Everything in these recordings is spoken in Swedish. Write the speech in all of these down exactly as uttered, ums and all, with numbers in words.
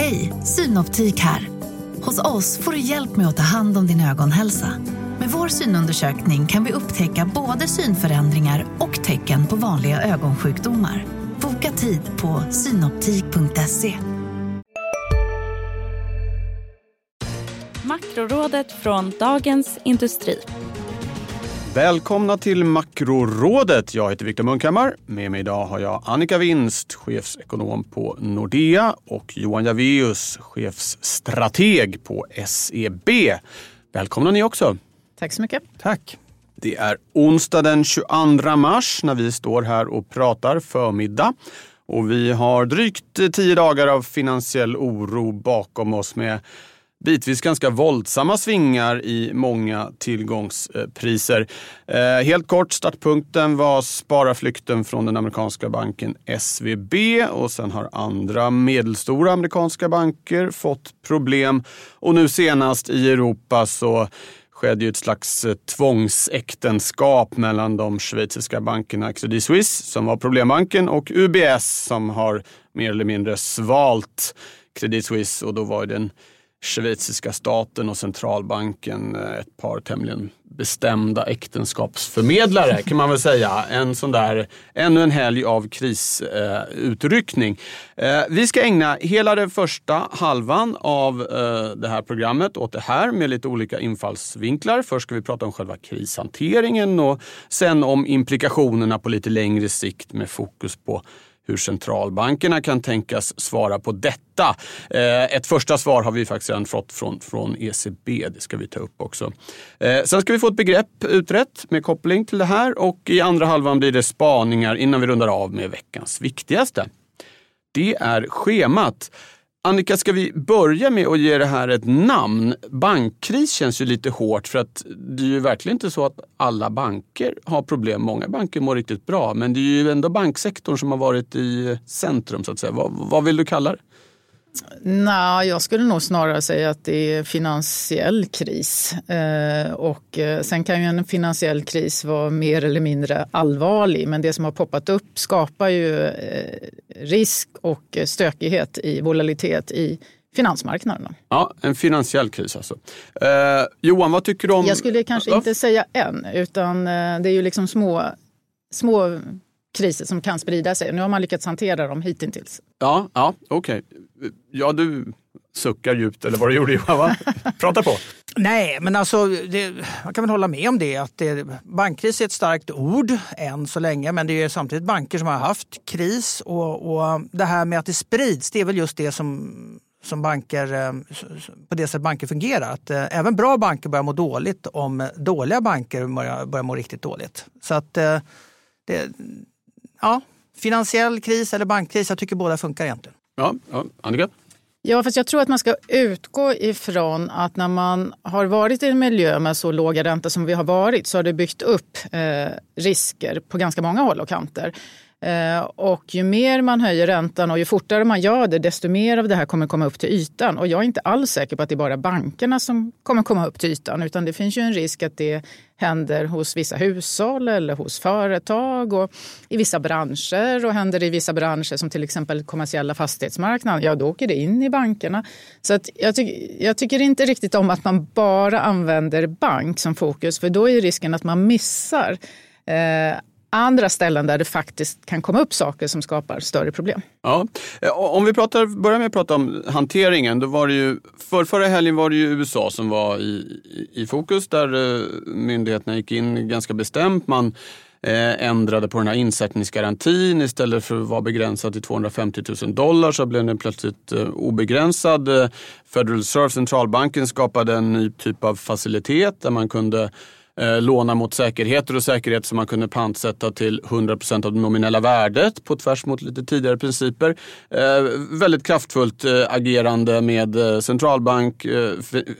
Hej, Synoptik här. Hos oss får du hjälp med att ta hand om din ögonhälsa. Med vår synundersökning kan vi upptäcka både synförändringar och tecken på vanliga ögonsjukdomar. Boka tid på synoptik punkt se. Makrorådet från Dagens Industri. Välkomna till Makrorådet. Jag heter Viktor Munkhammar. Med mig idag har jag Annika Winst, chefsekonom på Nordea, och Johan Javeus, chefsstrateg på S E B. Välkomna ni också. Tack så mycket. Tack. Det är onsdag den tjugoandra mars när vi står här och pratar förmiddag. Och vi har drygt tio dagar av finansiell oro bakom oss med bitvis ganska våldsamma svingar i många tillgångspriser. Eh, helt kort, startpunkten var spararflykten från den amerikanska banken S V B, och sen har andra medelstora amerikanska banker fått problem. Och nu senast i Europa så skedde ju ett slags tvångsäktenskap mellan de schweiziska bankerna Credit Suisse, som var problembanken, och U B S, som har mer eller mindre svalt Credit Suisse, och då var den schweiziska staten och centralbanken ett par tämligen bestämda äktenskapsförmedlare, kan man väl säga. En sån där, ännu en helg av krisutryckning. Eh, eh, vi ska ägna hela den första halvan av eh, det här programmet åt det här med lite olika infallsvinklar. Först ska vi prata om själva krishanteringen och sen om implikationerna på lite längre sikt med fokus på hur centralbankerna kan tänkas svara på detta. Ett första svar har vi faktiskt redan fått från, från E C B. Det ska vi ta upp också. Sen ska vi få ett begrepp utrett med koppling till det här. Och i andra halvan blir det spaningar innan vi rundar av med veckans viktigaste. Det är schemat. Annika, ska vi börja med att ge det här ett namn? Bankkris känns ju lite hårt, för att det är ju verkligen inte så att alla banker har problem. Många banker mår riktigt bra, men det är ju ändå banksektorn som har varit i centrum, så att säga. Vad, vad vill du kalla det? Nej, jag skulle nog snarare säga att det är finansiell kris. Eh, och sen kan ju en finansiell kris vara mer eller mindre allvarlig. Men det som har poppat upp skapar ju eh, risk och stökighet i volatilitet i finansmarknaderna. Ja, en finansiell kris alltså. Eh, Johan, vad tycker du om... Jag skulle kanske inte säga än, utan eh, det är ju liksom små... små kriser som kan sprida sig. Nu har man lyckats hantera dem hittills. Ja, ja, okej. Okay. Ja, du suckar djupt, eller vad du gjorde, Johan, va? Prata på. Nej, men alltså det, man kan väl hålla med om det. Att det, bankkris är ett starkt ord än så länge, men det är samtidigt banker som har haft kris. Och, och det här med att det sprids, det är väl just det som, som banker, på det sätt banker fungerar. Att äh, även bra banker börjar må dåligt om dåliga banker börjar, börjar må riktigt dåligt. Så att äh, det... Ja, finansiell kris eller bankkris, jag tycker båda funkar egentligen. Ja, ja, Annika? Ja, fast jag tror att man ska utgå ifrån att när man har varit i en miljö med så låga räntor som vi har varit, så har det byggt upp eh, risker på ganska många håll och kanter. Eh, och ju mer man höjer räntan och ju fortare man gör det, desto mer av det här kommer komma upp till ytan. Och jag är inte alls säker på att det är bara bankerna som kommer komma upp till ytan, utan det finns ju en risk att det händer hos vissa hushåll eller hos företag och i vissa branscher, och händer i vissa branscher som till exempel kommersiella fastighetsmarknaden, ja då åker det in i bankerna. Så att jag, ty- jag tycker inte riktigt om att man bara använder bank som fokus, för då är risken att man missar eh, andra ställen där det faktiskt kan komma upp saker som skapar större problem. Ja, om vi pratar, börjar med att prata om hanteringen, då var det ju, för förra helgen var det ju U S A som var i, i, i fokus, där eh, myndigheterna gick in ganska bestämt. Man eh, ändrade på den här insättningsgarantin. Istället för att vara begränsad till tvåhundrafemtio tusen dollar så blev den plötsligt eh, obegränsad. Federal Reserve, centralbanken, skapade en ny typ av facilitet där man kunde Eh, låna mot säkerheter och säkerhet som man kunde pantsätta till hundra procent av det nominella värdet, på tvärs mot lite tidigare principer. Eh, väldigt kraftfullt eh, agerande med eh, centralbank, eh,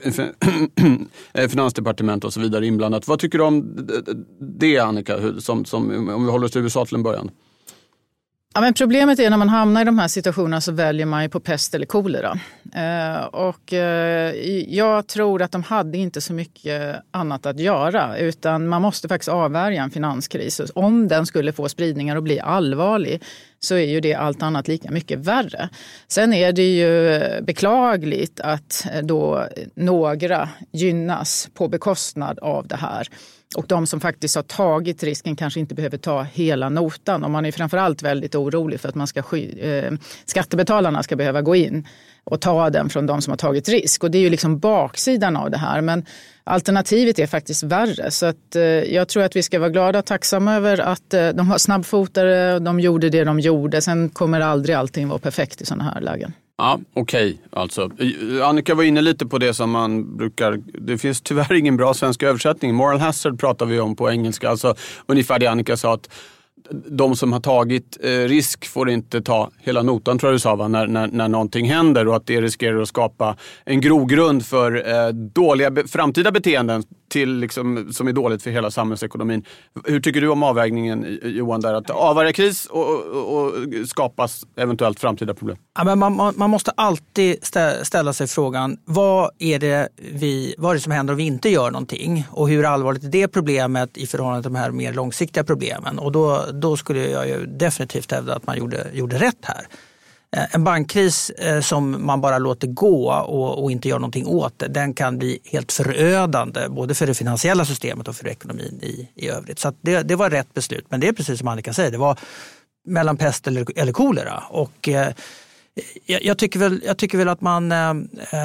f- finansdepartement och så vidare inblandat. Vad tycker du om det, Annika, som, som, om vi håller oss till U S A till en början? Ja, men problemet är när man hamnar i de här situationerna så väljer man ju på pest eller kolera. Eh, och eh, jag tror att de hade inte så mycket annat att göra, utan man måste faktiskt avvärja en finanskris. Om den skulle få spridningar och bli allvarlig så är ju det allt annat lika mycket värre. Sen är det ju beklagligt att då några gynnas på bekostnad av det här. Och de som faktiskt har tagit risken kanske inte behöver ta hela notan. Och man är framförallt väldigt orolig för att man ska sky- eh, skattebetalarna ska behöva gå in och ta den från de som har tagit risk. Och det är ju liksom baksidan av det här. Men alternativet är faktiskt värre. Så att, eh, jag tror att vi ska vara glada och tacksamma över att eh, de var snabbfotade. De gjorde det de gjorde. Sen kommer aldrig allting vara perfekt i sådana här lägen. Ja, okej. Okay. Alltså, Annika var inne lite på det som man brukar... Det finns tyvärr ingen bra svensk översättning. Moral hazard pratar vi om på engelska. Alltså, ungefär det Annika sa, att de som har tagit eh, risk får inte ta hela notan, tror jag du sa, va? När, när, när någonting händer, och att det riskerar att skapa en grogrund för eh, dåliga be- framtida beteenden till, liksom, som är dåligt för hela samhällsekonomin. Hur tycker du om avvägningen, Johan, där att avvärja kris och, och, och skapas eventuellt framtida problem? Ja, men man, man måste alltid ställa sig frågan, vad är, det vi, vad är det som händer om vi inte gör någonting? Och hur allvarligt är det problemet i förhållande till de här mer långsiktiga problemen? Och då, då skulle jag ju definitivt hävda att man gjorde, gjorde rätt här. En bankkris eh, som man bara låter gå och, och inte gör någonting åt, den kan bli helt förödande både för det finansiella systemet och för ekonomin i, i övrigt. Så att det, det var rätt beslut, men det är precis som Annika säger, det var mellan pest eller, eller kolera. Och eh, jag, jag, tycker väl, jag tycker väl att man eh,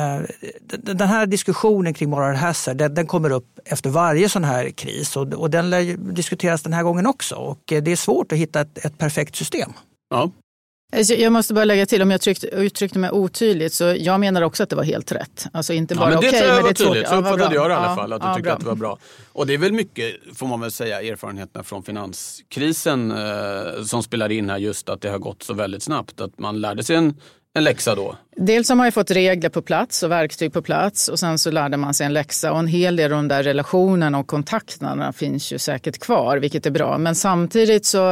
den här diskussionen kring moral hazard, den, den kommer upp efter varje sån här kris, och, och den lär diskuteras den här gången också, och det är svårt att hitta ett, ett perfekt system. Ja. Jag måste bara lägga till, om jag tryckt, uttryckte mig otydligt, så jag menar också att det var helt rätt. Alltså inte bara ja, men det okej, tror jag men var det är tydligt. Så ja, uppfattade jag i alla ja, fall, att du ja, tyckte bra. att det var bra. Och det är väl mycket, får man väl säga, erfarenheterna från finanskrisen eh, som spelar in här, just att det har gått så väldigt snabbt. Att man lärde sig en, en läxa då. Dels har man ju fått regler på plats och verktyg på plats, och sen så lärde man sig en läxa, och en hel del av de där relationerna och kontakterna finns ju säkert kvar, vilket är bra. Men samtidigt så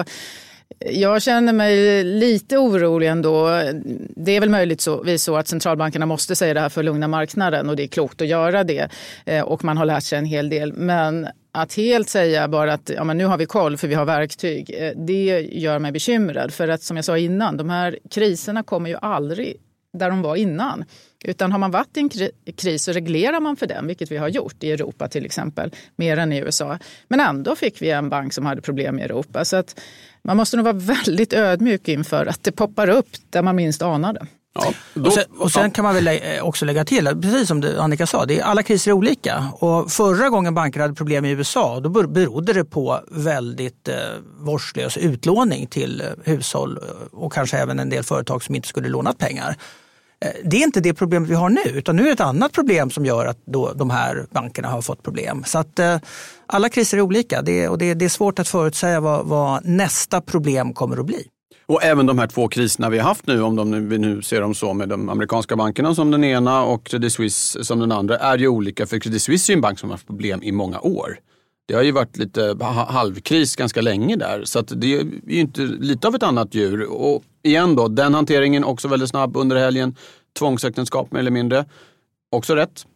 jag känner mig lite orolig ändå. Det är väl möjligt så, så att centralbankerna måste säga det här för att lugna marknaden, och det är klokt att göra det. Och man har lärt sig en hel del. Men att helt säga bara att ja, men nu har vi koll för vi har verktyg, det gör mig bekymrad. För att som jag sa innan, de här kriserna kommer ju aldrig där de var innan. Utan har man varit i en kris så reglerar man för den, vilket vi har gjort i Europa till exempel, mer än i U S A. Men ändå fick vi en bank som hade problem i Europa. Så att man måste nog vara väldigt ödmjuk inför att det poppar upp där man minst anade. Ja, då, och, sen, och sen kan man väl också lägga till, precis som Annika sa, det är, alla kriser är olika. Och förra gången banker hade problem i U S A, då berodde det på väldigt eh, vårdslös utlåning till hushåll och kanske även en del företag som inte skulle lånat pengar. Det är inte det problem vi har nu, utan nu är det ett annat problem som gör att då de här bankerna har fått problem. Så att eh, alla kriser är olika, det, och det, det är svårt att förutsäga vad, vad nästa problem kommer att bli. Och även de här två kriserna vi har haft nu, om de nu, vi nu ser dem så med de amerikanska bankerna som den ena och Credit Suisse som den andra, är ju olika. För Credit Suisse är en bank som har haft problem i många år. Det har ju varit lite halvkris ganska länge där, så att det är ju inte lite av ett annat djur. Och igen då, den hanteringen också väldigt snabb under helgen. Tvångsäktenskap mer eller mindre. Också rätt?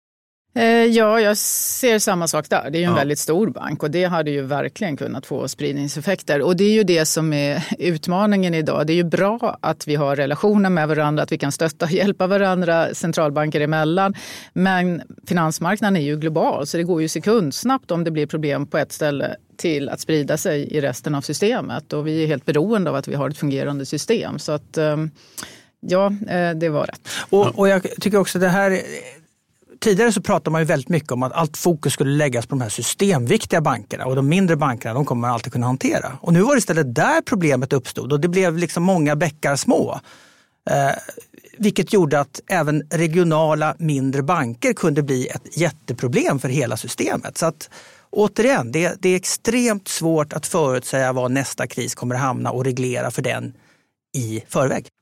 Ja, jag ser samma sak där. Det är ju en ja. väldigt stor bank, och det hade ju verkligen kunnat få spridningseffekter. Och det är ju det som är utmaningen idag. Det är ju bra att vi har relationer med varandra, att vi kan stötta och hjälpa varandra centralbanker emellan. Men finansmarknaden är ju global, så det går ju sekundsnabbt om det blir problem på ett ställe till att sprida sig i resten av systemet. Och vi är helt beroende av att vi har ett fungerande system. Så att ja, det var rätt. Och, och jag tycker också det här... Tidigare så pratade man ju väldigt mycket om att allt fokus skulle läggas på de här systemviktiga bankerna, och de mindre bankerna, de kommer man alltid kunna hantera. Och nu var det istället där problemet uppstod, och det blev liksom många bäckar små. Eh, vilket gjorde att även regionala mindre banker kunde bli ett jätteproblem för hela systemet. Så att återigen, det, det är extremt svårt att förutsäga var nästa kris kommer att hamna och reglera för den i förväg.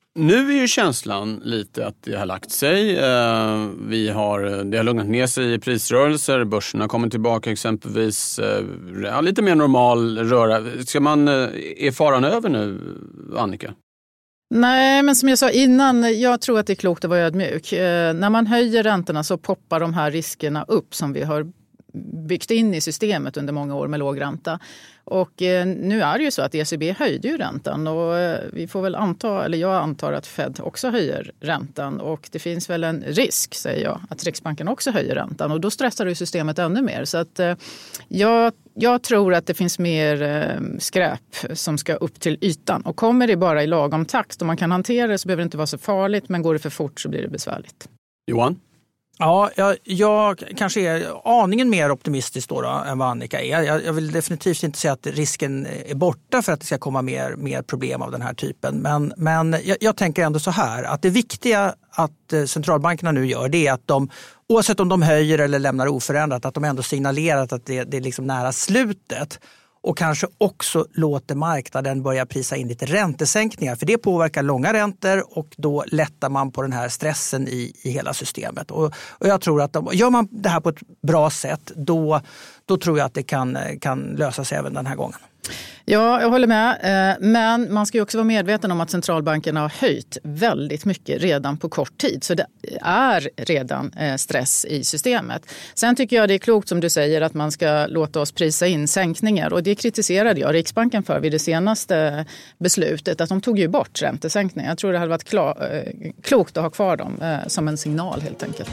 Nu är ju känslan lite att det har lagt sig. Vi har, det har lugnat ner sig i prisrörelser. Börsen har kommit tillbaka exempelvis. Ja, lite mer normal röra. Ska man, är faran över nu, Annika? Nej, men som jag sa innan, jag tror att det är klokt att vara ödmjuk. Eh, när man höjer räntorna så poppar de här riskerna upp som vi har byggt in i systemet under många år med låg ränta. Och eh, nu är det ju så att E C B höjde ju räntan och eh, vi får väl anta, eller jag antar att Fed också höjer räntan och det finns väl en risk, säger jag, att Riksbanken också höjer räntan och då stressar det systemet ännu mer. Så att eh, jag, jag tror att det finns mer eh, skräp som ska upp till ytan och kommer det bara i lagom takt och man kan hantera det så behöver det inte vara så farligt, men går det för fort så blir det besvärligt. Johan? Ja, jag, jag kanske är aningen mer optimistisk då, då än vad Annika är. Jag, jag vill definitivt inte säga att risken är borta för att det ska komma mer, mer problem av den här typen. Men, men jag, jag tänker ändå så här att det viktiga att centralbankerna nu gör det är att de, oavsett om de höjer eller lämnar oförändrat, att de ändå signalerat att det, det är liksom nära slutet. Och kanske också låter marknaden börja prisa in lite räntesänkningar. För det påverkar långa räntor och då lättar man på den här stressen i, i hela systemet. Och, och jag tror att de, gör man det här på ett bra sätt då, då tror jag att det kan, kan lösa sig även den här gången. Ja, jag håller med. Men man ska ju också vara medveten om att centralbankerna har höjt väldigt mycket redan på kort tid. Så det är redan stress i systemet. Sen tycker jag det är klokt som du säger att man ska låta oss prisa in sänkningar. Och det kritiserade jag Riksbanken för vid det senaste beslutet. Att de tog ju bort räntesänkningar. Jag tror det hade varit klar, klokt att ha kvar dem som en signal helt enkelt.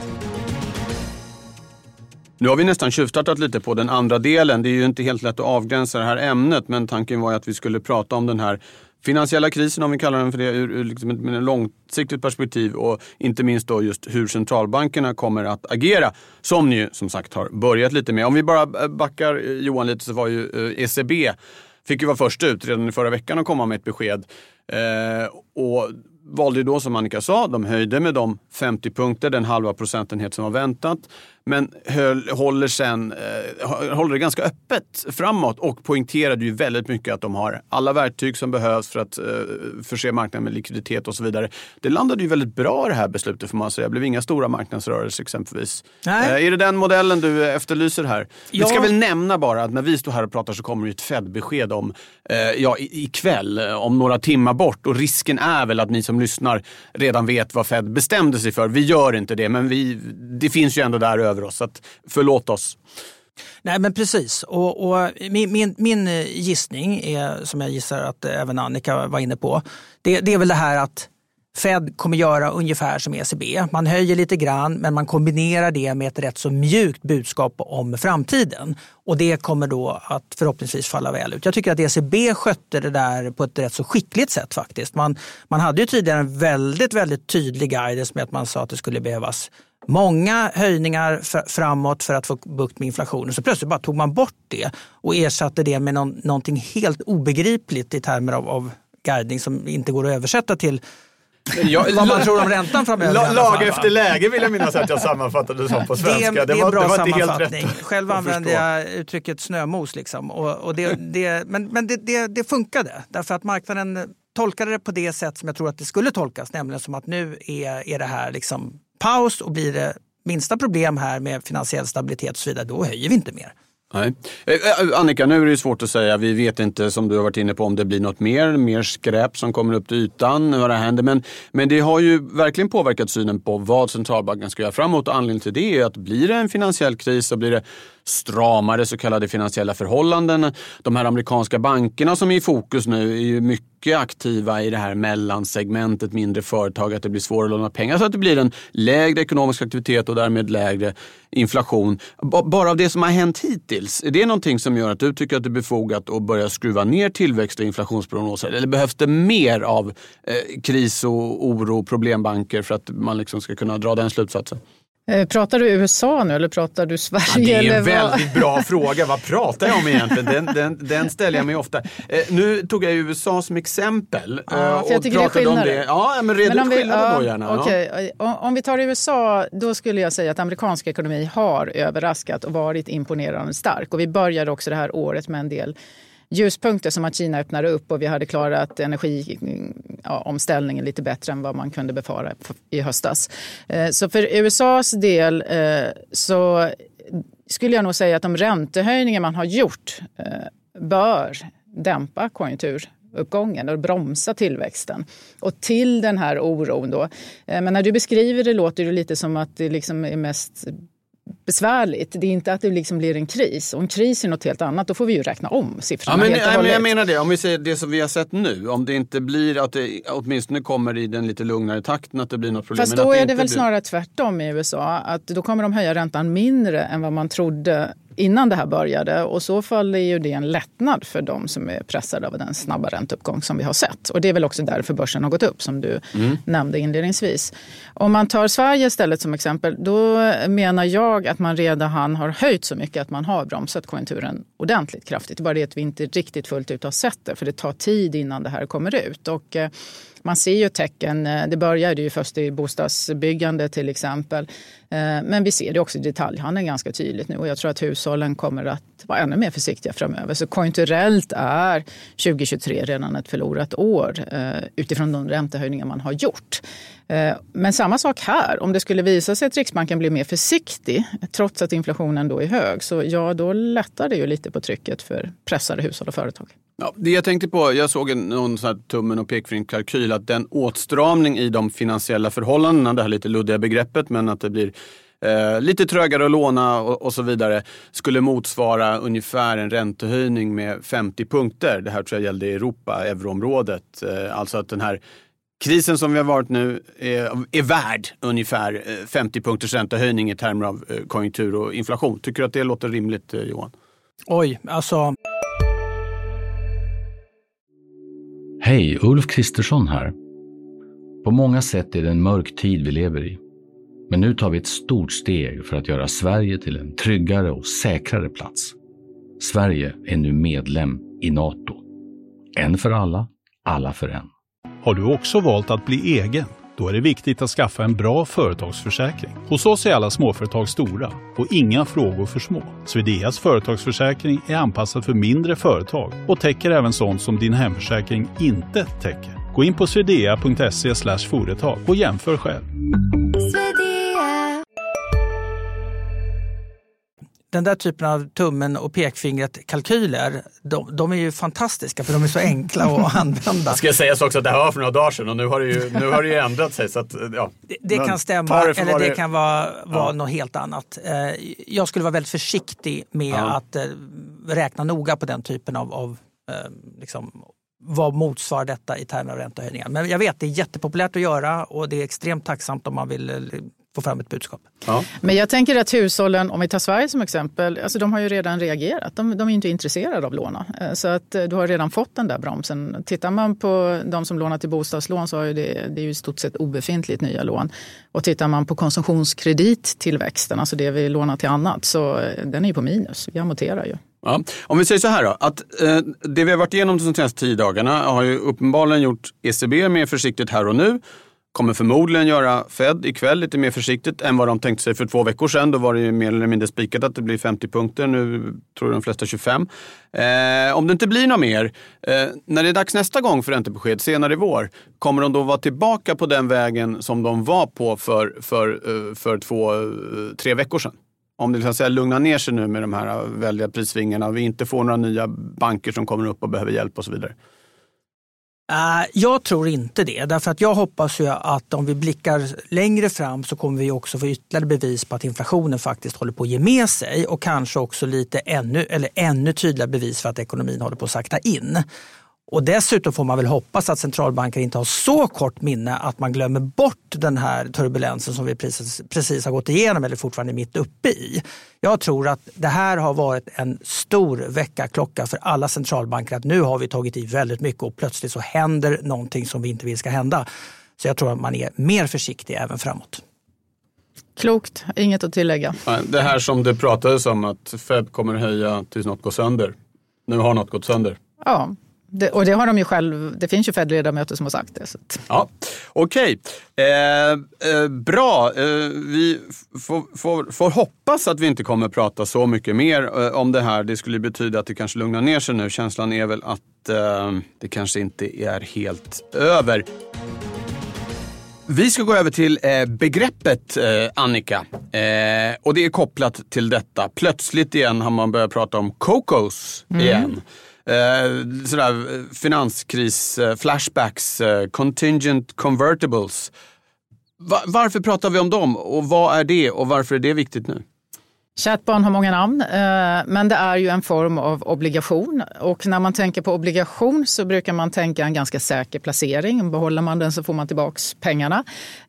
Nu har vi nästan tjuvstartat lite på den andra delen. Det är ju inte helt lätt att avgränsa det här ämnet, men tanken var ju att vi skulle prata om den här finansiella krisen, om vi kallar den för det, ur, ur liksom ett, med ett långsiktigt perspektiv och inte minst då just hur centralbankerna kommer att agera, som ni som sagt har börjat lite med. Om vi bara backar Johan lite så var ju E C B, fick ju vara först ut redan i förra veckan att komma med ett besked eh, och valde då som Annika sa, de höjde med de femtio punkter, den halva procentenhet som var väntat. Men höll, håller, sen, eh, håller det ganska öppet framåt och poängterade ju väldigt mycket att de har alla verktyg som behövs för att eh, förse marknaden med likviditet och så vidare. Det landade ju väldigt bra det här beslutet får man säga. Det blev inga stora marknadsrörelser exempelvis. Eh, är det den modellen du efterlyser här? Ja. Vi ska väl nämna bara att när vi står här och pratar så kommer det ett Fed-besked om eh, ja, ikväll, om några timmar bort. Och risken är väl att ni som lyssnar redan vet vad Fed bestämde sig för. Vi gör inte det, men vi, det finns ju ändå där över oss, så att förlåt oss. Nej, men precis. Och, och min, min, min gissning är, som jag gissar att även Annika var inne på, det, det är väl det här att Fed kommer göra ungefär som E C B. Man höjer lite grann, men man kombinerar det med ett rätt så mjukt budskap om framtiden. Och det kommer då att förhoppningsvis falla väl ut. Jag tycker att E C B skötte det där på ett rätt så skickligt sätt faktiskt. Man, man hade ju tidigare en väldigt, väldigt tydlig guidance med att man sa att det skulle behövas många höjningar fr- framåt för att få bukt med inflationen. Så plötsligt bara tog man bort det och ersatte det med någon, någonting helt obegripligt i termer av, av guidning som inte går att översätta till jag, vad man tror om räntan framöver. Lag, lag efter läge vill jag minnas att jag sammanfattade det som på svenska. Det, det, det, är var, bra det var sammanfattning. inte helt rätt. Själv använde jag uttrycket snömos. Liksom. Och, och det, det, men men det, det, det funkade. Därför att marknaden tolkade det på det sätt som jag tror att det skulle tolkas. Nämligen som att nu är, är det här liksom paus och blir det minsta problem här med finansiell stabilitet och så vidare, då höjer vi inte mer. Nej. Annika, nu är det ju svårt att säga. Vi vet inte, som du har varit inne på, om det blir något mer, mer skräp som kommer upp till ytan, vad det händer. Men, men det har ju verkligen påverkat synen på vad centralbanken ska göra framåt. Och anledningen till det är att blir det en finansiell kris så blir det stramare så kallade finansiella förhållanden. De här amerikanska bankerna som är i fokus nu är ju mycket aktiva i det här mellansegmentet, mindre företag, att det blir svårare att låna pengar så att det blir en lägre ekonomisk aktivitet och därmed lägre inflation. Bara av det som har hänt hittills, är det någonting som gör att du tycker att det är befogat att börja skruva ner tillväxt- och inflationsprognoser? Eller behövs det mer av eh, kris och oro och problembanker för att man liksom ska kunna dra den slutsatsen? Pratar du U S A nu eller pratar du Sverige? Ja, det är en eller väldigt bra fråga. Vad pratar jag om egentligen? Den, den, den ställer jag mig ofta. Eh, nu tog jag U S A som exempel. Ja, för jag och tycker det är skillnader. Det. Ja, men reda ut skillnader ja, då gärna. Okay. Ja. Om vi tar U S A, då skulle jag säga att amerikansk ekonomi har överraskat och varit imponerande stark. Och vi började också det här året med en del ljuspunkter som att Kina öppnade upp och vi hade klarat energiomställningen ja, lite bättre än vad man kunde befara i höstas. Så för U S A:s del så skulle jag nog säga att de räntehöjningar man har gjort bör dämpa konjunkturuppgången och bromsa tillväxten. Och till den här oron då. Men när du beskriver det låter det lite som att det liksom är mest besvärligt. Det är inte att det liksom blir en kris. Och en kris är något helt annat. Då får vi ju räkna om siffrorna. Ja, men, helt och men jag menar det. Om vi ser det som vi har sett nu. Om det inte blir att det åtminstone kommer i den lite lugnare takten att det blir något problem. Fast då det är det väl blir... snarare tvärtom i U S A. Att då kommer de höja räntan mindre än vad man trodde innan det här började. Och så fall är ju det en lättnad för de som är pressade av den snabba ränteuppgång som vi har sett. Och det är väl också därför börsen har gått upp som du mm. nämnde inledningsvis. Om man tar Sverige istället som exempel, då menar jag att man redan har höjt så mycket att man har bromsat konjunkturen ordentligt kraftigt. Bara det att vi inte riktigt fullt ut har sett det, för det tar tid innan det här kommer ut. Och eh, man ser ju tecken, det började ju först i bostadsbyggande till exempel. Eh, men vi ser det också i detaljhandeln ganska tydligt nu och jag tror att hushållen kommer att vara ännu mer försiktiga framöver. Så konjunkturellt är tjugohundratjugotre redan ett förlorat år eh, utifrån de räntehöjningar man har gjort. Men samma sak här, om det skulle visa sig att Riksbanken blir mer försiktig trots att inflationen då är hög, så ja, då lättar det ju lite på trycket för pressade hushåll och företag. Ja, det jag tänkte på, jag såg en, någon sån här tummen och pekfingerkalkyl att den åtstramning i de finansiella förhållandena, det här lite luddiga begreppet, men att det blir eh, lite trögare att låna och, och så vidare, skulle motsvara ungefär en räntehöjning med femtio punkter. Det här tror jag gällde i Europa, euroområdet. Eh, alltså att den här krisen som vi har varit nu är, är värd ungefär femtio punkters räntehöjning i termer av konjunktur och inflation. Tycker du att det låter rimligt, Johan? Oj, alltså... Hej, Ulf Kristersson här. På många sätt är det en mörk tid vi lever i. Men nu tar vi ett stort steg för att göra Sverige till en tryggare och säkrare plats. Sverige är nu medlem i NATO. En för alla, alla för en. Har du också valt att bli egen? Då är det viktigt att skaffa en bra företagsförsäkring. Hos oss är alla småföretag stora och inga frågor för små. Swedeas företagsförsäkring är anpassad för mindre företag och täcker även sånt som din hemförsäkring inte täcker. Gå in på swedea punkt se slash företag och jämför själv. Den där typen av tummen och pekfingret kalkyler, de, de är ju fantastiska för de är så enkla att använda. Ska jag säga så också att det här var för några dagar sedan och nu har det ju, nu har det ju ändrat sig. Så att, ja. Det, det kan stämma det eller det, det kan vara, vara ja. något helt annat. Jag skulle vara väldigt försiktig med ja. att räkna noga på den typen av, av liksom, vad motsvarar detta i termer av räntehöjningar. Men jag vet, det är jättepopulärt att göra och det är extremt tacksamt om man vill få fram ett budskap. Ja. Men jag tänker att hushållen, om vi tar Sverige som exempel, alltså de har ju redan reagerat. De, de är inte intresserade av låna. Så att du har redan fått den där bromsen. Tittar man på de som lånar till bostadslån så är det, det är ju i stort sett obefintligt nya lån. Och tittar man på konsumtionskredit-tillväxten, alltså det vi lånar till annat, så den är ju på minus. Vi amorterar ju. Ja. Om vi säger så här då, att eh, det vi har varit igenom de senaste tio dagarna har ju uppenbarligen gjort E C B mer försiktigt här och nu. Kommer förmodligen göra Fed ikväll lite mer försiktigt än vad de tänkte sig för två veckor sedan. Då var det ju mer eller mindre spikat att det blir femtio punkter. Nu tror de flesta tjugofem. Eh, om det inte blir något mer, eh, när det är dags nästa gång för räntebesked senare i vår, kommer de då vara tillbaka på den vägen som de var på för, för, för två, tre veckor sedan? Om det så att säga lugnar ner sig nu med de här väldiga prissvingarna och vi inte får några nya banker som kommer upp och behöver hjälp och så vidare. Uh, jag tror inte det, därför att jag hoppas ju att om vi blickar längre fram så kommer vi också få ytterligare bevis på att inflationen faktiskt håller på att ge med sig och kanske också lite ännu, eller ännu tydligare bevis för att ekonomin håller på att sakta in. Och dessutom får man väl hoppas att centralbanker inte har så kort minne att man glömmer bort den här turbulensen som vi precis, precis har gått igenom eller fortfarande är mitt uppe i. Jag tror att det här har varit en stor väckarklocka för alla centralbanker att nu har vi tagit i väldigt mycket och plötsligt så händer någonting som vi inte vill ska hända. Så jag tror att man är mer försiktig även framåt. Klokt, inget att tillägga. Det här som det pratades om att Fed kommer höja tills något går sönder. Nu har något gått sönder. Ja. det, och det har de ju själv, det finns ju Fed-ledamöter som har sagt det. Så. Ja, okej. Okay. Eh, eh, bra, eh, vi får, får, får hoppas att vi inte kommer prata så mycket mer eh, om det här. Det skulle betyda att det kanske lugnar ner sig nu. Känslan är väl att eh, det kanske inte är helt över. Vi ska gå över till eh, begreppet, eh, Annika. Eh, och det är kopplat till detta. Plötsligt igen har man börjat prata om CoCos mm. igen. Eh, sådär finanskris, eh, flashbacks, eh, contingent convertibles. Va- varför pratar vi om dem? Och vad är det? Och varför är det viktigt nu? Kärt barn har många namn, men det är ju en form av obligation. Och när man tänker på obligation så brukar man tänka en ganska säker placering. Behåller man den så får man tillbaka pengarna.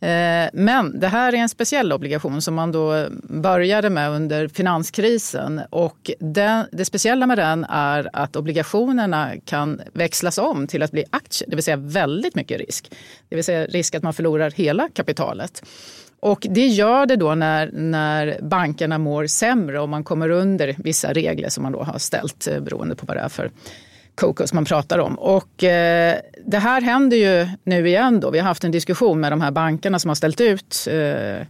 Men det här är en speciell obligation som man då började med under finanskrisen. Och det, det speciella med den är att obligationerna kan växlas om till att bli aktier, det vill säga väldigt mycket risk. Det vill säga risk att man förlorar hela kapitalet. Och det gör det då när, när bankerna mår sämre och man kommer under vissa regler som man då har ställt beroende på vad det är för CoCos man pratar om. Och eh, det här händer ju nu igen då. Vi har haft en diskussion med de här bankerna som har ställt ut eh,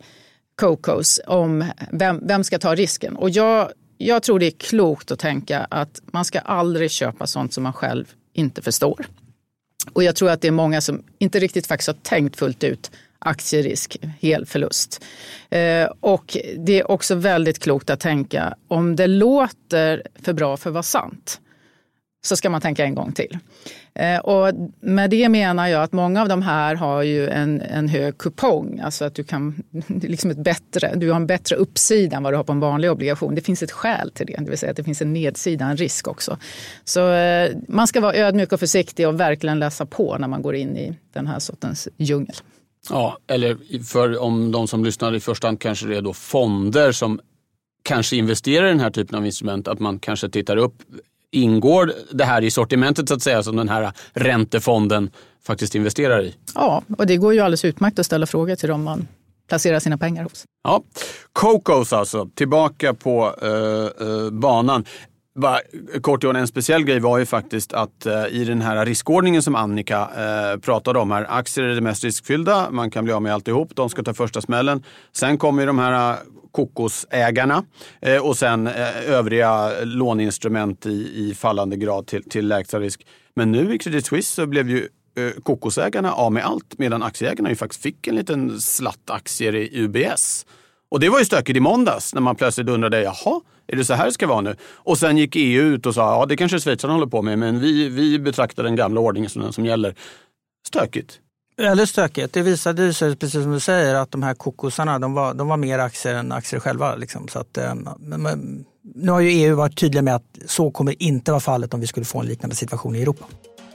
CoCos om vem, vem ska ta risken. Och jag, jag tror det är klokt att tänka att man ska aldrig köpa sånt som man själv inte förstår. Och jag tror att det är många som inte riktigt faktiskt har tänkt fullt ut aktierisk, hel förlust. Eh, och det är också väldigt klokt att tänka om det låter för bra för att vara sant så ska man tänka en gång till. Eh, och med det menar jag att många av de här har ju en, en hög kupong. Alltså att du kan liksom ett bättre, du har en bättre uppsida än vad du har på en vanlig obligation. Det finns ett skäl till det, det vill säga att det finns en nedsida, en risk också. Så eh, man ska vara ödmjuk och försiktig och verkligen läsa på när man går in i den här sortens djungel. Ja, eller för om de som lyssnar i första hand kanske det är då fonder som kanske investerar i den här typen av instrument, att man kanske tittar upp, ingår det här i sortimentet så att säga som den här räntefonden faktiskt investerar i? Ja, och det går ju alldeles utmärkt att ställa frågor till dem man placerar sina pengar hos. Ja, CoCos alltså, tillbaka på uh, uh, banan. Bara kort John, en speciell grej var ju faktiskt att eh, i den här riskordningen som Annika eh, pratade om här, aktier är det mest riskfyllda, man kan bli av med alltihop, de ska ta första smällen. Sen kommer ju de här kokosägarna eh, och sen eh, övriga låneinstrument i, i fallande grad till, till lägsta risk. Men nu i Credit Suisse så blev ju eh, kokosägarna av med allt, medan aktieägarna ju faktiskt fick en liten slatt aktier i U B S. Och det var ju stökigt i måndags när man plötsligt undrade, jaha, är det så här det ska vara nu? Och sen gick E U ut och sa, ja det kanske Schweizarna håller på med, men vi, vi betraktar den gamla ordningen som den som gäller. Stökigt. Eller stökigt. Det visade sig, precis som du säger, att de här kokosarna, de var, de var mer aktier än aktier själva. Liksom. Så att, men, nu har ju E U varit tydliga med att så kommer inte vara fallet om vi skulle få en liknande situation i Europa.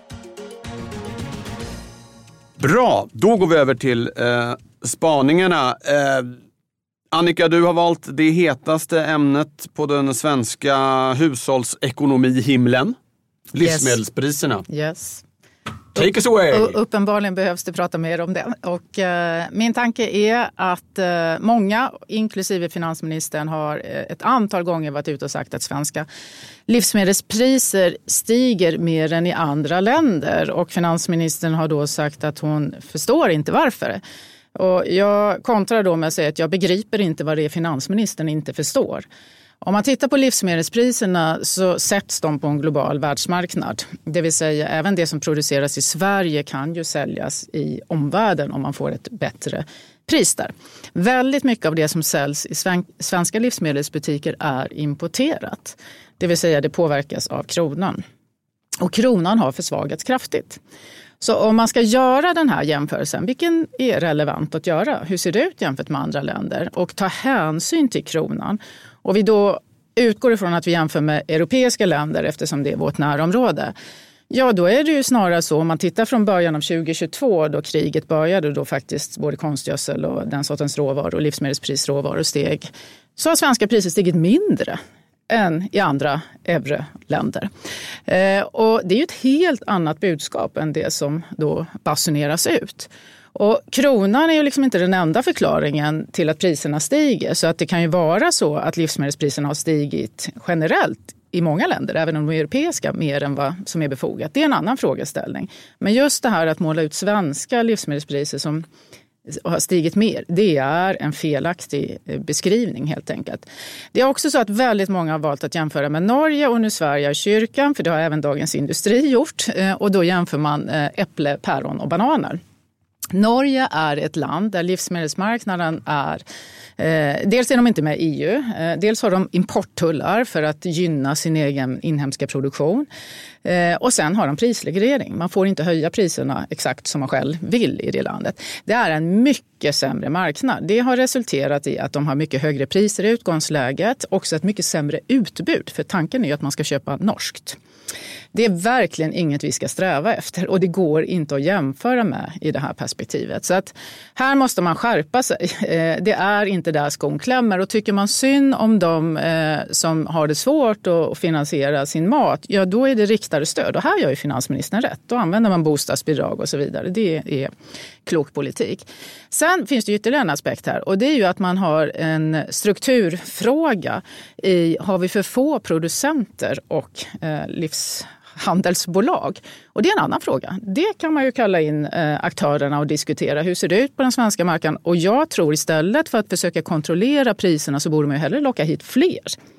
Bra, då går vi över till eh, spaningarna. Eh, Annika, du har valt det hetaste ämnet på den svenska hushållsekonomihimlen. Livsmedelspriserna. Yes. Take us away! U- uppenbarligen behövs det prata mer om det. Och, eh, min tanke är att eh, många, inklusive finansministern, har eh, ett antal gånger varit ute och sagt att svenska livsmedelspriser stiger mer än i andra länder. Och finansministern har då sagt att hon förstår inte varför. Och jag kontrar då med att säga att jag begriper inte vad det är finansministern inte förstår. Om man tittar på livsmedelspriserna så sätts de på en global världsmarknad. Det vill säga även det som produceras i Sverige kan ju säljas i omvärlden om man får ett bättre pris där. Väldigt mycket av det som säljs i svenska livsmedelsbutiker är importerat. Det vill säga det påverkas av kronan. Och kronan har försvagats kraftigt. Så om man ska göra den här jämförelsen, vilken är relevant att göra? Hur ser det ut jämfört med andra länder? Och ta hänsyn till kronan. Och vi då utgår ifrån att vi jämför med europeiska länder eftersom det är vårt närområde. Ja, då är det ju snarare så om man tittar från början av tjugo tjugotvå då kriget började, då faktiskt både konstgödsel och den sortens råvaror och livsmedelsprisråvaror steg, så har svenska priser stigit mindre än i andra euroländer. Eh, och det är ju ett helt annat budskap än det som då basuneras ut. Och kronan är ju liksom inte den enda förklaringen till att priserna stiger. Så att det kan ju vara så att livsmedelspriserna har stigit generellt i många länder, även de europeiska, mer än vad som är befogat. Det är en annan frågeställning. Men just det här att måla ut svenska livsmedelspriser som har stigit mer, det är en felaktig beskrivning helt enkelt. Det är också så att väldigt många har valt att jämföra med Norge och nu Sverige är kyrkan, för det har även Dagens Industri gjort, och då jämför man äpple, päron och bananer. Norge är ett land där livsmedelsmarknaden är, eh, dels är de inte med i E U, eh, dels har de importtullar för att gynna sin egen inhemska produktion eh, och sen har de prisreglering. Man får inte höja priserna exakt som man själv vill i det landet. Det är en mycket sämre marknad. Det har resulterat i att de har mycket högre priser i utgångsläget, också ett mycket sämre utbud, för tanken är ju att man ska köpa norskt. Det är verkligen inget vi ska sträva efter och det går inte att jämföra med i det här perspektivet. Så att här måste man skärpa sig. Det är inte där skon klämmer, och tycker man synd om de som har det svårt att finansiera sin mat, ja då är det riktade stöd. Och här gör ju finansministern rätt. Då använder man bostadsbidrag och så vidare. Det är klok politik. Sen finns det ytterligare en aspekt här, och det är ju att man har en strukturfråga i, har vi för få producenter och eh, livshandelsbolag? Och det är en annan fråga. Det kan man ju kalla in eh, aktörerna och diskutera. Hur ser det ut på den svenska marknaden? Och jag tror istället för att försöka kontrollera priserna så borde man ju hellre locka hit fler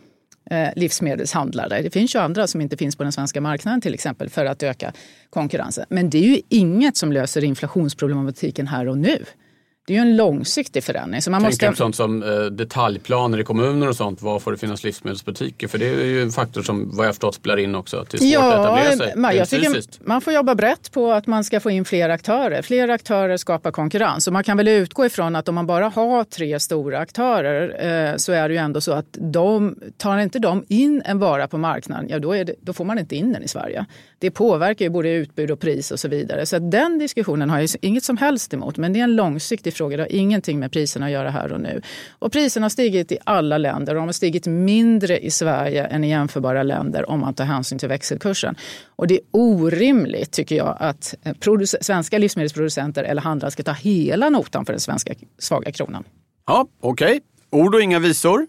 eh, livsmedelshandlare. Det finns ju andra som inte finns på den svenska marknaden till exempel, för att öka konkurrensen. Men det är ju inget som löser inflationsproblematiken här och nu. Det är ju en långsiktig förändring. Så man Tänker måste... sånt som eh, detaljplaner i kommuner och sånt. Var får det finnas livsmedelsbutiker? För det är ju en faktor som vad jag förstått spelar in också. Till svårt ja, att etablera sig. Man, jag tycker man får jobba brett på att man ska få in fler aktörer. Fler aktörer skapar konkurrens. Och man kan väl utgå ifrån att om man bara har tre stora aktörer eh, så är det ju ändå så att de, tar inte de in en vara på marknaden, ja då, är det, då får man inte in den i Sverige. Det påverkar ju både utbud och pris och så vidare. Så att den diskussionen har jag inget som helst emot. Men det är en långsiktig fråga. Det har ingenting med priserna att göra här och nu. Och priserna har stigit i alla länder. Och de har stigit mindre i Sverige än i jämförbara länder om man tar hänsyn till växelkursen. Och det är orimligt tycker jag att produc- svenska livsmedelsproducenter eller handlare ska ta hela notan för den svenska svaga kronan. Ja, okej. Okay. Ord och inga visor.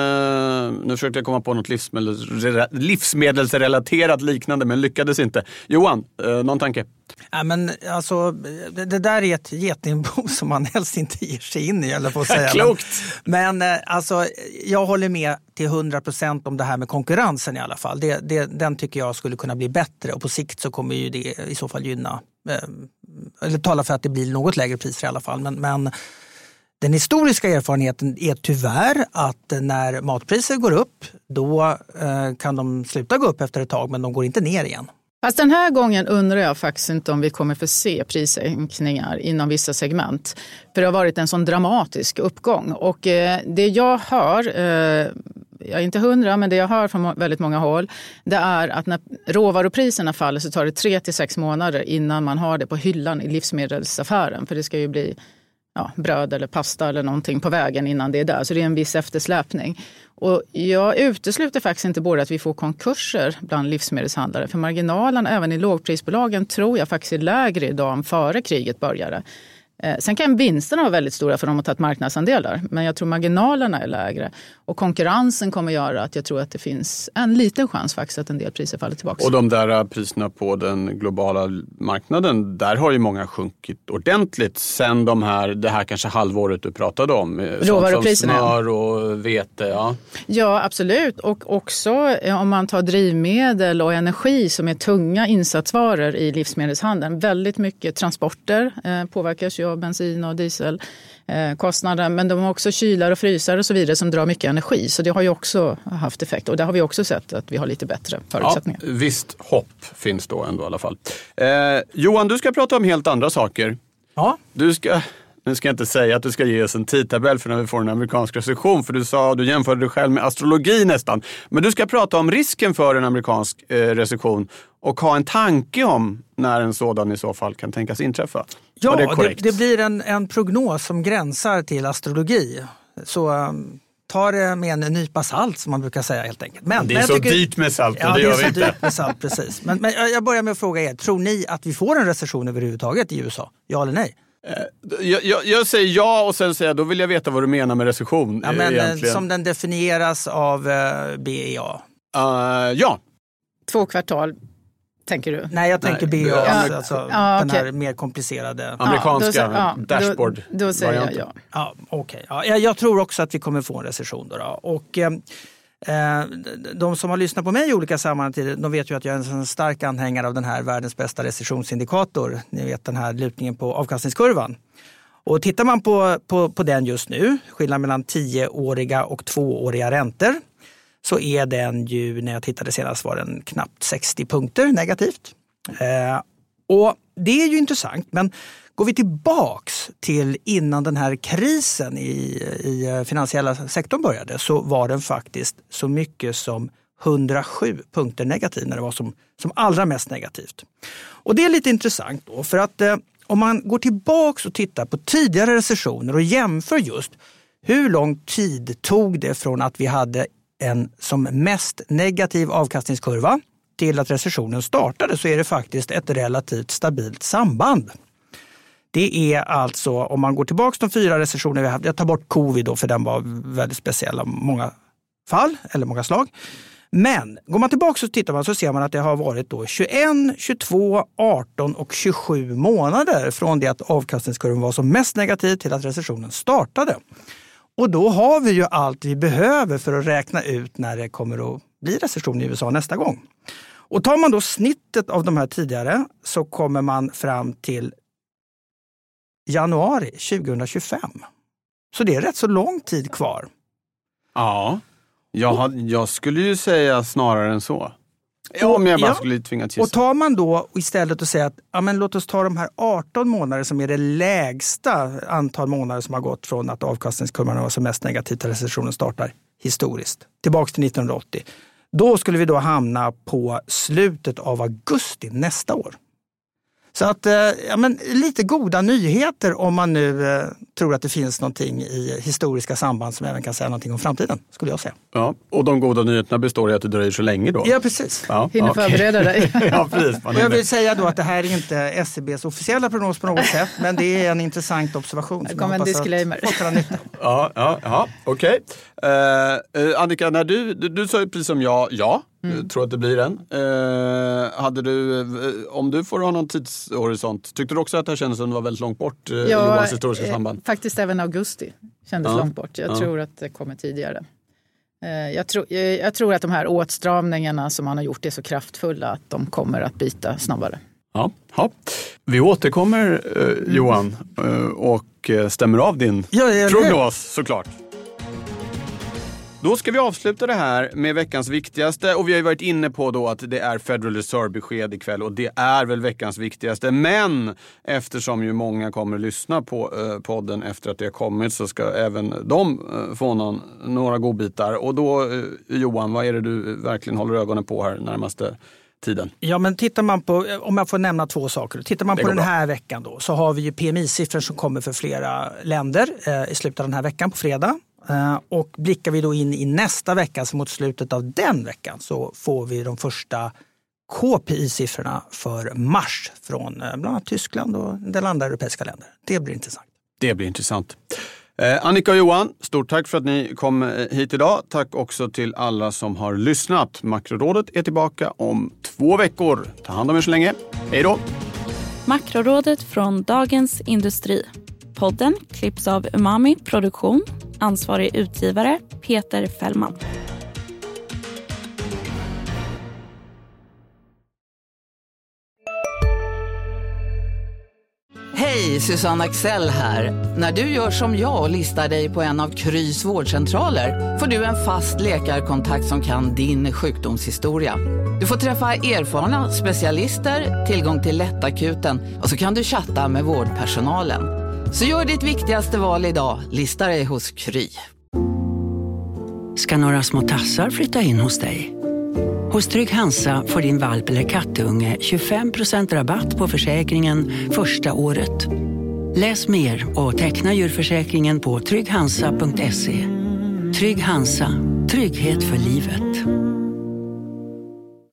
Uh, nu försökte jag komma på något livsmedels- livsmedelsrelaterat liknande, men lyckades inte. Johan, uh, någon tanke? Ja, men alltså, det, det där är ett getingbo som man helst inte ger sig in i, eller på att säga. Klokt! Men, men alltså, jag håller med till hundra procent om det här med konkurrensen i alla fall. Det, det, den tycker jag skulle kunna bli bättre, och på sikt så kommer ju det i så fall gynna, eh, eller tala för att det blir något lägre priser i alla fall. Men, men den historiska erfarenheten är tyvärr att när matpriser går upp, då eh, kan de sluta gå upp efter ett tag, men de går inte ner igen. Fast den här gången undrar jag faktiskt inte om vi kommer få se prissänkningar inom vissa segment. För det har varit en sån dramatisk uppgång. Och eh, det jag hör, eh, jag är inte hundra, men det jag hör från väldigt många håll, det är att när råvarupriserna faller så tar det tre till sex månader innan man har det på hyllan i livsmedelsaffären. För det ska ju bli ja, bröd eller pasta eller någonting på vägen innan det är där. Så det är en viss eftersläpning. Och jag utesluter faktiskt inte både att vi får konkurser bland livsmedelshandlare. För marginalen även i lågprisbolagen tror jag faktiskt är lägre idag än före kriget började. Sen kan vinsterna vara väldigt stora för de har tagit marknadsandelar. Men jag tror marginalerna är lägre. Och konkurrensen kommer göra att jag tror att det finns en liten chans faktiskt att en del priser faller tillbaka. Och de där priserna på den globala marknaden, där har ju många sjunkit ordentligt sen de här, det här kanske halvåret du pratade om. Råvarupriserna. Som smör och vete, ja. Ja, absolut. Och också om man tar drivmedel och energi som är tunga insatsvaror i livsmedelshandeln. Väldigt mycket transporter eh, påverkas ju av bensin och diesel. Kostnader, men de har också kylar och frysar och så vidare som drar mycket energi. Så det har ju också haft effekt. Och där har vi också sett att vi har lite bättre förutsättningar. Ja, visst hopp finns då ändå i alla fall. Eh, Johan, du ska prata om helt andra saker. Ja. Du ska, nu ska jag inte säga att du ska ge oss en tidtabell för när vi får en amerikansk recession. För du sa, du jämförde dig själv med astrologi nästan. Men du ska prata om risken för en amerikansk eh, recession. Och ha en tanke om när en sådan i så fall kan tänkas inträffa. Ja, det, det, det blir en, en prognos som gränsar till astrologi. Så um, ta det med en nypa salt som man brukar säga helt enkelt. Men, det är men så tycker, dyrt med salt, ja, det gör gör vi inte. Det är så dyrt med salt, precis. Men, men jag börjar med att fråga er, tror ni att vi får en recession överhuvudtaget i U S A? Ja eller nej? Jag, jag, jag säger ja och sen säger jag, då vill jag veta vad du menar med recession. Ja, men egentligen. Som den definieras av uh, B E A. Uh, ja. Två kvartal, tänker du? Nej, jag tänker Nej, B A, ja, alltså, alltså ja, den här okay. mer komplicerade... Amerikanska ja, då, dashboard. Då, då säger jag ja. Ja, okej. Okay. Ja, jag tror också att vi kommer få en recession då. då. Och... Eh, de som har lyssnat på mig i olika sammanhang, de vet ju att jag är en stark anhängare av den här världens bästa recessionsindikator. Ni vet den här lutningen på avkastningskurvan. Och tittar man på, på, på den just nu, skillnaden mellan tioåriga och tvååriga räntor, så är den ju, när jag tittade senast var den knappt sextio punkter negativt. Eh, och det är ju intressant, men går vi tillbaks till innan den här krisen i, i finansiella sektorn började, så var den faktiskt så mycket som hundrasju punkter negativ när det var som, som allra mest negativt. Och det är lite intressant då, för att eh, om man går tillbaks och tittar på tidigare recessioner och jämför just hur lång tid tog det från att vi hade en som mest negativ avkastningskurva till att recessionen startade, så är det faktiskt ett relativt stabilt samband. Det är alltså, om man går tillbaka de fyra recessioner vi har haft, jag tar bort covid då för den var väldigt speciell av många fall eller många slag. Men går man tillbaka och tittar man så ser man att det har varit då tjugoett, tjugotvå, arton och tjugosju månader från det att avkastningskurvan var som mest negativ till att recessionen startade. Och då har vi ju allt vi behöver för att räkna ut när det kommer att bli recession i U S A nästa gång. Och tar man då snittet av de här tidigare så kommer man fram till januari tjugohundratjugofem. Så det är rätt så lång tid kvar. Ja, jag, had, jag skulle ju säga snarare än så. Ja, om jag bara ja. skulle tvingas gissa. Och tar man då istället och säger att ja, men låt oss ta de här arton månader som är det lägsta antal månader som har gått från att avkastningskurvan var som mest negativ till recessionen startar historiskt. Tillbaks till nittonhundraåttio. Då skulle vi då hamna på slutet av augusti nästa år. Så att, ja, men lite goda nyheter om man nu eh, tror att det finns någonting i historiska samband som även kan säga någonting om framtiden, skulle jag säga. Ja, och de goda nyheterna består i att det dröjer så länge då. Ja, precis. Ja, hinner okay. förbereda dig. Ja, precis. Och jag vill säga då att det här är inte S E B:s officiella prognos på något sätt, men det är en intressant observation. Det kommer en disclaimer. Ja, ja, ja okej. Okay. Uh, Annika, när du, du, du sa ju precis som jag, ja. Mm. Tror att det blir en. Eh, hade du, om du får ha någon tidshorisont, tyckte du också att det här kändes som det var väldigt långt bort eh, ja, Johans historiska samband? Eh, faktiskt även augusti kändes ja. långt bort. Jag ja. tror att det kommer tidigare. Eh, jag, tro, jag, jag tror att de här åtstramningarna som man har gjort är så kraftfulla att de kommer att bita snabbare. Ja, ja. Vi återkommer eh, Johan eh, och stämmer av din ja, ja, prognos såklart. Då ska vi avsluta det här med veckans viktigaste, och vi har ju varit inne på då att det är Federal Reserve-besked ikväll, och det är väl veckans viktigaste. Men eftersom ju många kommer att lyssna på eh, podden efter att det har kommit, så ska även de eh, få någon, några godbitar. Och då eh, Johan, vad är det du verkligen håller ögonen på här närmaste tiden? Ja, men tittar man på, om jag får nämna två saker, tittar man på den bra. här veckan då, så har vi ju P M I-siffror som kommer för flera länder eh, i slutet av den här veckan på fredag. Och blickar vi då in i nästa vecka, så mot slutet av den veckan, så får vi de första K P I-siffrorna för mars från bland annat Tyskland och en del andra europeiska länder. Det blir intressant. Det blir intressant. Eh, Annika och Johan, stort tack för att ni kom hit idag. Tack också till alla som har lyssnat. Makrorådet är tillbaka om två veckor. Ta hand om er så länge. Hej då! Makrorådet från Dagens Industri. Podden klipps av Umami Produktion. Ansvarig utgivare Peter Fällman. Hej, Susanne Axel här. När du gör som jag och listar dig på en av Krys vårdcentraler får du en fast läkarkontakt som kan din sjukdomshistoria. Du får träffa erfarna specialister, tillgång till lättakuten och så kan du chatta med vårdpersonalen. Så gör ditt viktigaste val idag. Lista dig hos Kry. Ska några små tassar flytta in hos dig? Hos Trygg Hansa får din valp eller kattunge tjugofem procent rabatt på försäkringen första året. Läs mer och teckna djurförsäkringen på trygg hansa punkt se. Trygg Hansa. Trygghet för livet.